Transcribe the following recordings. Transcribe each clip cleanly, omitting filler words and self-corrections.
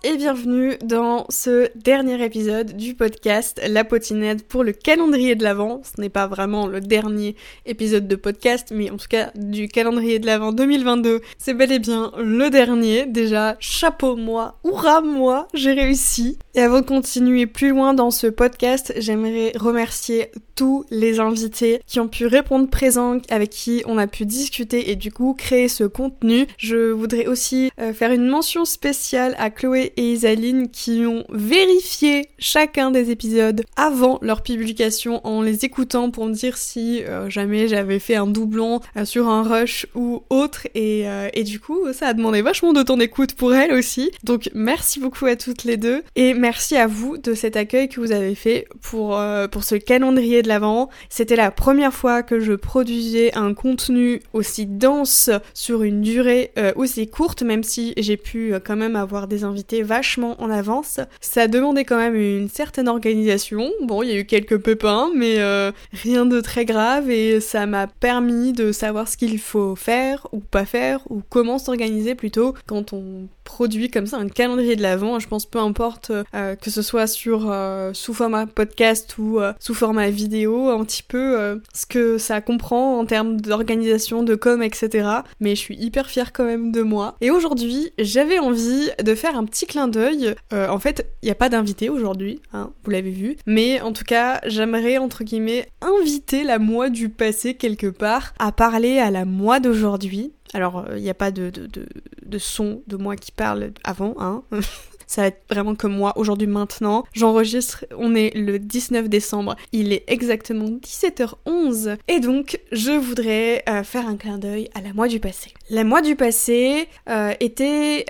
et bienvenue dans ce dernier épisode du podcast La Potinade pour le calendrier de l'Avent. Ce n'est pas vraiment le dernier épisode de podcast, mais en tout cas du calendrier de l'Avent 2022, c'est bel et bien le dernier. Déjà, chapeau moi, hurrah moi, j'ai réussi. Et avant de continuer plus loin dans ce podcast, j'aimerais remercier tous les invités qui ont pu répondre présents, avec qui on a pu discuter et du coup créer ce contenu. Je voudrais aussi faire une mention spéciale à Chloé et Isaline qui ont vérifié chacun des épisodes avant leur publication en les écoutant pour me dire si jamais j'avais fait un doublon sur un rush ou autre et du coup ça a demandé vachement de temps d'écoute pour elles aussi. Donc merci beaucoup à toutes les deux et merci à vous de cet accueil que vous avez fait pour ce calendrier de l'Avent. C'était la première fois que je produisais un contenu aussi dense sur une durée aussi courte, même si j'ai pu quand même avoir des invités vachement en avance. Ça demandait quand même une certaine organisation. Bon, il y a eu quelques pépins, mais rien de très grave et ça m'a permis de savoir ce qu'il faut faire ou pas faire ou comment s'organiser plutôt quand on produit comme ça un calendrier de l'Avent. Je pense peu importe que ce soit sous format podcast ou sous format vidéo, un petit peu ce que ça comprend en termes d'organisation, de com, etc. Mais je suis hyper fière quand même de moi. Et aujourd'hui, j'avais envie de faire un petit clin d'œil. En fait, il n'y a pas d'invité aujourd'hui, hein, vous l'avez vu. Mais en tout cas, j'aimerais, entre guillemets, inviter la moi du passé quelque part à parler à la moi d'aujourd'hui. Alors, il n'y a pas de son de moi qui parle avant, hein. Ça va être vraiment comme moi, aujourd'hui, maintenant. J'enregistre, on est le 19 décembre, il est exactement 17h11. Et donc, je voudrais faire un clin d'œil à la moi du passé. La moi du passé était,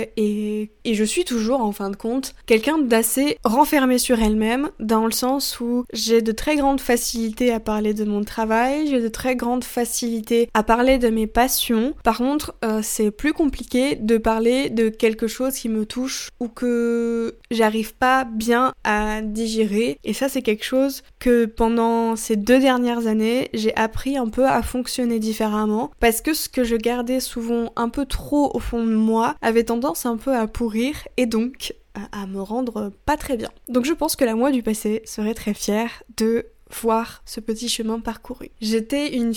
et je suis toujours, en fin de compte, quelqu'un d'assez renfermé sur elle-même, dans le sens où j'ai de très grandes facilités à parler de mon travail, j'ai de très grandes facilités à parler de mes passions. Par contre, c'est plus compliqué de parler de quelque chose qui me touche ou que j'arrive pas bien à digérer. Et ça, c'est quelque chose que pendant ces 2 dernières années, j'ai appris un peu à fonctionner différemment parce que ce que je gardais souvent un peu trop au fond de moi avait tendance un peu à pourrir et donc à me rendre pas très bien. Donc je pense que la moi du passé serait très fière de voir ce petit chemin parcouru. J'étais une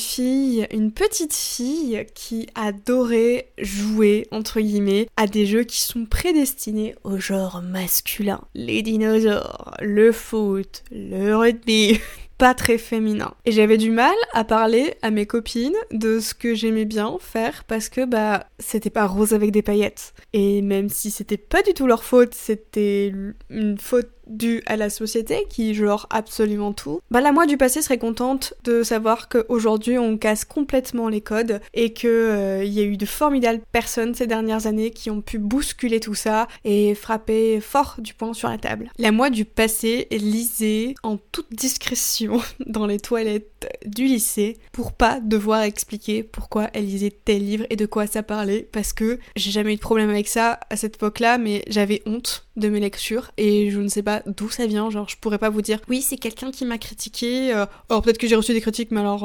petite fille qui adorait jouer, entre guillemets, à des jeux qui sont prédestinés au genre masculin. Les dinosaures, le foot, le rugby... pas très féminin. Et j'avais du mal à parler à mes copines de ce que j'aimais bien faire parce que c'était pas rose avec des paillettes. Et même si c'était pas du tout leur faute, c'était une faute due à la société qui genre absolument tout. La moi du passé serait contente de savoir qu'aujourd'hui on casse complètement les codes et que y a eu de formidables personnes ces dernières années qui ont pu bousculer tout ça et frapper fort du poing sur la table. La moi du passé lisait en toute discrétion dans les toilettes du lycée pour pas devoir expliquer pourquoi elle lisait tel livre et de quoi ça parlait parce que j'ai jamais eu de problème avec ça à cette époque-là, mais j'avais honte de mes lectures et je ne sais pas d'où ça vient, genre je pourrais pas vous dire oui c'est quelqu'un qui m'a critiqué, alors peut-être que j'ai reçu des critiques mais alors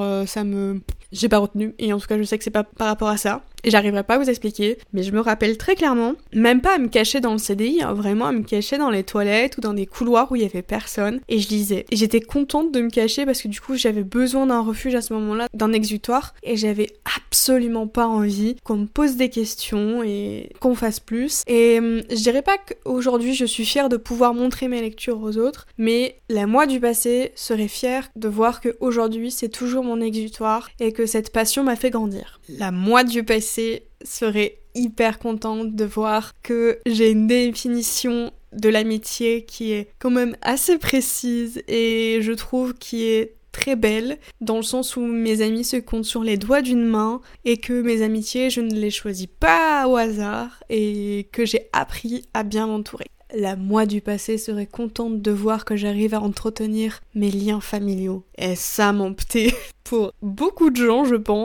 j'ai pas retenu et en tout cas je sais que c'est pas par rapport à ça et j'arriverai pas à vous expliquer, mais je me rappelle très clairement, même pas à me cacher dans le CDI, hein, vraiment à me cacher dans les toilettes ou dans des couloirs où il y avait personne et je lisais et j'étais contente de me cacher parce que du coup j'avais besoin d'un refuge à ce moment-là, d'un exutoire et j'avais absolument pas envie qu'on me pose des questions et qu'on fasse plus et je dirais pas qu'aujourd'hui je suis fière de pouvoir montrer mes lectures aux autres, mais la moi du passé serait fière de voir qu'aujourd'hui c'est toujours mon exutoire et que cette passion m'a fait grandir. La moi du passé serait hyper contente de voir que j'ai une définition de l'amitié qui est quand même assez précise et je trouve qui est très belle, dans le sens où mes amis se comptent sur les doigts d'une main et que mes amitiés, je ne les choisis pas au hasard et que j'ai appris à bien m'entourer. La moi du passé serait contente de voir que j'arrive à entretenir mes liens familiaux. Et ça, mon petit, pour beaucoup de gens, je pense,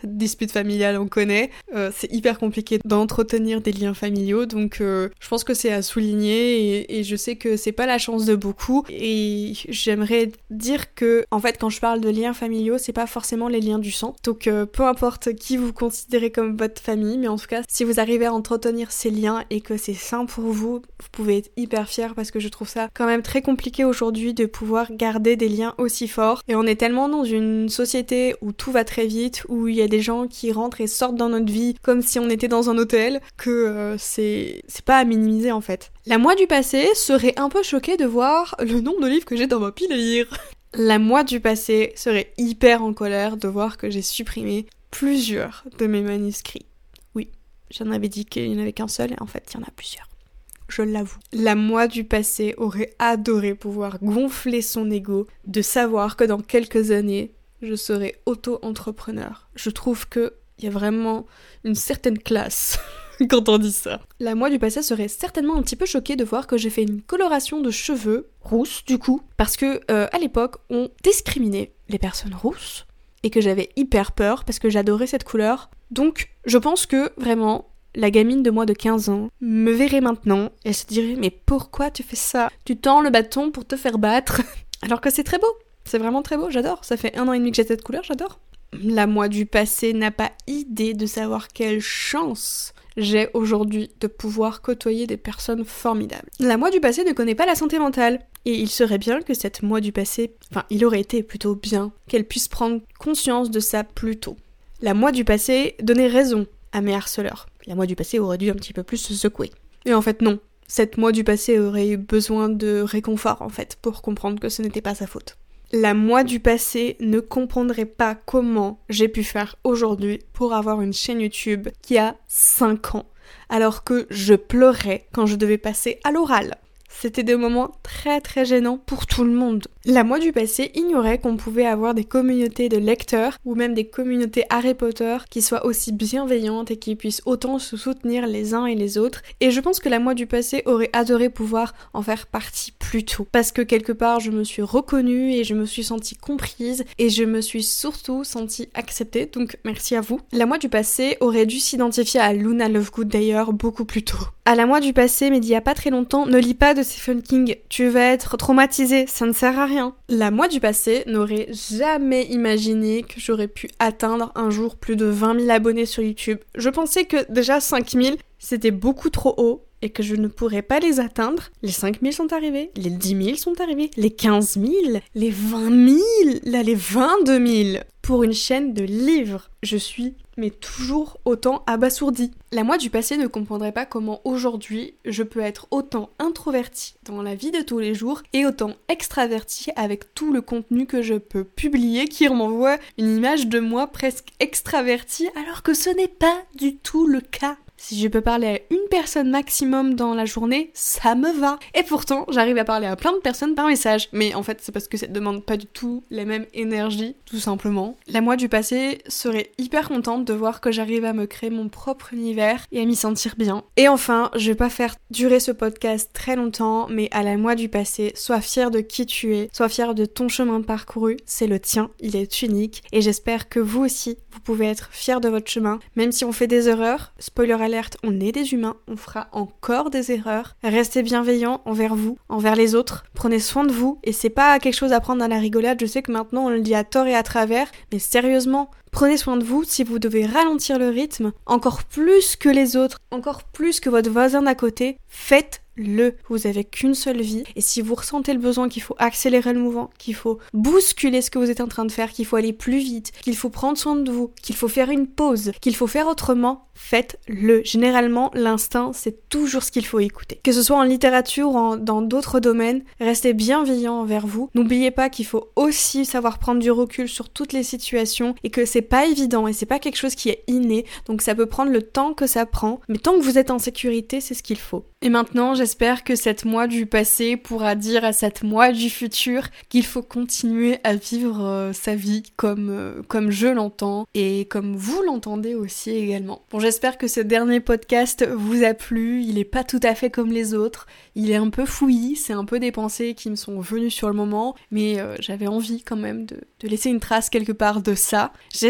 dispute familiale on connaît, c'est hyper compliqué d'entretenir des liens familiaux, donc je pense que c'est à souligner et je sais que c'est pas la chance de beaucoup, et j'aimerais dire que en fait quand je parle de liens familiaux, c'est pas forcément les liens du sang, donc peu importe qui vous considérez comme votre famille, mais en tout cas si vous arrivez à entretenir ces liens et que c'est sain pour vous, vous pouvez être hyper fiers, parce que je trouve ça quand même très compliqué aujourd'hui de pouvoir garder des liens aussi forts, et on est tellement dans une société où tout va très vite, où il y a des gens qui rentrent et sortent dans notre vie comme si on était dans un hôtel, que c'est pas à minimiser en fait. La moi du passé serait un peu choquée de voir le nombre de livres que j'ai dans ma pile à lire. La moi du passé serait hyper en colère de voir que j'ai supprimé plusieurs de mes manuscrits. Oui, j'en avais dit qu'il n'y en avait qu'un seul, et en fait il y en a plusieurs. Je l'avoue. La moi du passé aurait adoré pouvoir gonfler son ego, de savoir que dans quelques années, je serai auto-entrepreneur. Je trouve que il y a vraiment une certaine classe quand on dit ça. La moi du passé serait certainement un petit peu choquée de voir que j'ai fait une coloration de cheveux rousse, du coup, parce que à l'époque, on discriminait les personnes rousses, et que j'avais hyper peur parce que j'adorais cette couleur. Donc, je pense que vraiment, la gamine de moins de 15 ans me verrait maintenant et elle se dirait « Mais pourquoi tu fais ça ? Tu tends le bâton pour te faire battre ?» Alors que c'est très beau. C'est vraiment très beau, j'adore. Ça fait 1 an et demi que j'ai cette couleur, j'adore. La moi du passé n'a pas idée de savoir quelle chance j'ai aujourd'hui de pouvoir côtoyer des personnes formidables. La moi du passé ne connaît pas la santé mentale. Et il serait bien que cette moi du passé, il aurait été plutôt bien qu'elle puisse prendre conscience de ça plus tôt. La moi du passé donnait raison à mes harceleurs. La moi du passé aurait dû un petit peu plus se secouer. Et en fait non, cette moi du passé aurait eu besoin de réconfort en fait, pour comprendre que ce n'était pas sa faute. La moi du passé ne comprendrait pas comment j'ai pu faire aujourd'hui pour avoir une chaîne YouTube qui a 5 ans, alors que je pleurais quand je devais passer à l'oral. C'était des moments très très gênants pour tout le monde. La moi du passé ignorait qu'on pouvait avoir des communautés de lecteurs ou même des communautés Harry Potter qui soient aussi bienveillantes et qui puissent autant se soutenir les uns et les autres. Et je pense que la moi du passé aurait adoré pouvoir en faire partie plus tôt. Parce que quelque part je me suis reconnue et je me suis sentie comprise et je me suis surtout sentie acceptée. Donc merci à vous. La moi du passé aurait dû s'identifier à Luna Lovegood d'ailleurs beaucoup plus tôt. À la moi du passé, mais d'il y a pas très longtemps, ne lis pas de Stephen King, tu vas être traumatisé, ça ne sert à rien. La moi du passé n'aurait jamais imaginé que j'aurais pu atteindre un jour plus de 20 000 abonnés sur YouTube. Je pensais que déjà 5 000, c'était beaucoup trop haut et que je ne pourrais pas les atteindre. Les 5 000 sont arrivés, les 10 000 sont arrivés, les 15 000, les 20 000, là les 22 000. Pour une chaîne de livres, je suis mais toujours autant abasourdie. La moi du passé ne comprendrait pas comment aujourd'hui je peux être autant introvertie dans la vie de tous les jours et autant extravertie avec tout le contenu que je peux publier qui m'envoie une image de moi presque extravertie alors que ce n'est pas du tout le cas. Si je peux parler à une personne maximum dans la journée, ça me va. Et pourtant, j'arrive à parler à plein de personnes par message. Mais en fait, c'est parce que ça ne demande pas du tout la même énergie, tout simplement. La moi du passé serait hyper contente de voir que j'arrive à me créer mon propre univers et à m'y sentir bien. Et enfin, je vais pas faire durer ce podcast très longtemps, mais à la moi du passé, sois fière de qui tu es, sois fière de ton chemin parcouru, c'est le tien, il est unique. Et j'espère que vous aussi, vous pouvez être fiers de votre chemin, même si on fait des erreurs. Spoiler alerte, on est des humains, on fera encore des erreurs. Restez bienveillants envers vous, envers les autres. Prenez soin de vous, et c'est pas quelque chose à prendre à la rigolade. Je sais que maintenant on le dit à tort et à travers, mais sérieusement, prenez soin de vous. Si vous devez ralentir le rythme, encore plus que les autres, encore plus que votre voisin d'à côté, faites-le. Vous avez qu'une seule vie, et si vous ressentez le besoin qu'il faut accélérer le mouvement, qu'il faut bousculer ce que vous êtes en train de faire, qu'il faut aller plus vite, qu'il faut prendre soin de vous, qu'il faut faire une pause, qu'il faut faire autrement, faites-le. Généralement, l'instinct, c'est toujours ce qu'il faut écouter. Que ce soit en littérature ou dans d'autres domaines, restez bienveillant envers vous. N'oubliez pas qu'il faut aussi savoir prendre du recul sur toutes les situations et que c'est pas évident et c'est pas quelque chose qui est inné, donc ça peut prendre le temps que ça prend, mais tant que vous êtes en sécurité, c'est ce qu'il faut. Et maintenant, j'espère que cette moi du passé pourra dire à cette moi du futur qu'il faut continuer à vivre sa vie comme je l'entends et comme vous l'entendez aussi également. Bon, j'espère que ce dernier podcast vous a plu, il est pas tout à fait comme les autres, il est un peu fouillis, c'est un peu des pensées qui me sont venues sur le moment, mais j'avais envie quand même de laisser une trace quelque part de ça. J'espère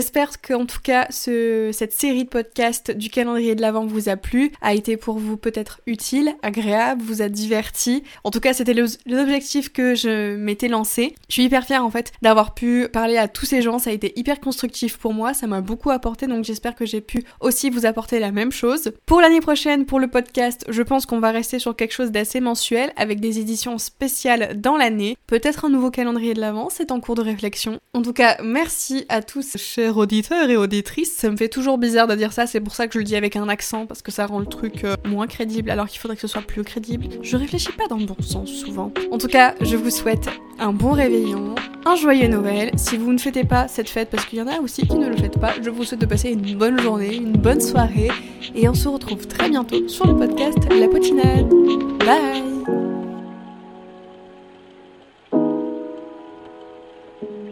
J'espère qu'en tout cas cette série de podcasts du calendrier de l'Avent vous a plu, a été pour vous peut-être utile, agréable, vous a diverti. En tout cas, c'était l'objectif que je m'étais lancé. Je suis hyper fière en fait d'avoir pu parler à tous ces gens, ça a été hyper constructif pour moi, ça m'a beaucoup apporté, donc j'espère que j'ai pu aussi vous apporter la même chose. Pour l'année prochaine, pour le podcast, je pense qu'on va rester sur quelque chose d'assez mensuel, avec des éditions spéciales dans l'année. Peut-être un nouveau calendrier de l'Avent, c'est en cours de réflexion. En tout cas, merci à tous, chers auditeurs et auditrices. Ça me fait toujours bizarre de dire ça, c'est pour ça que je le dis avec un accent, parce que ça rend le truc moins crédible, alors qu'il faudrait que ce soit plus crédible. Je réfléchis pas dans le bon sens souvent. En tout cas, je vous souhaite un bon réveillon, un joyeux Noël. Si vous ne fêtez pas cette fête, parce qu'il y en a aussi qui ne le fêtent pas, je vous souhaite de passer une bonne journée, une bonne soirée, et on se retrouve très bientôt sur le podcast La Potinade. Bye!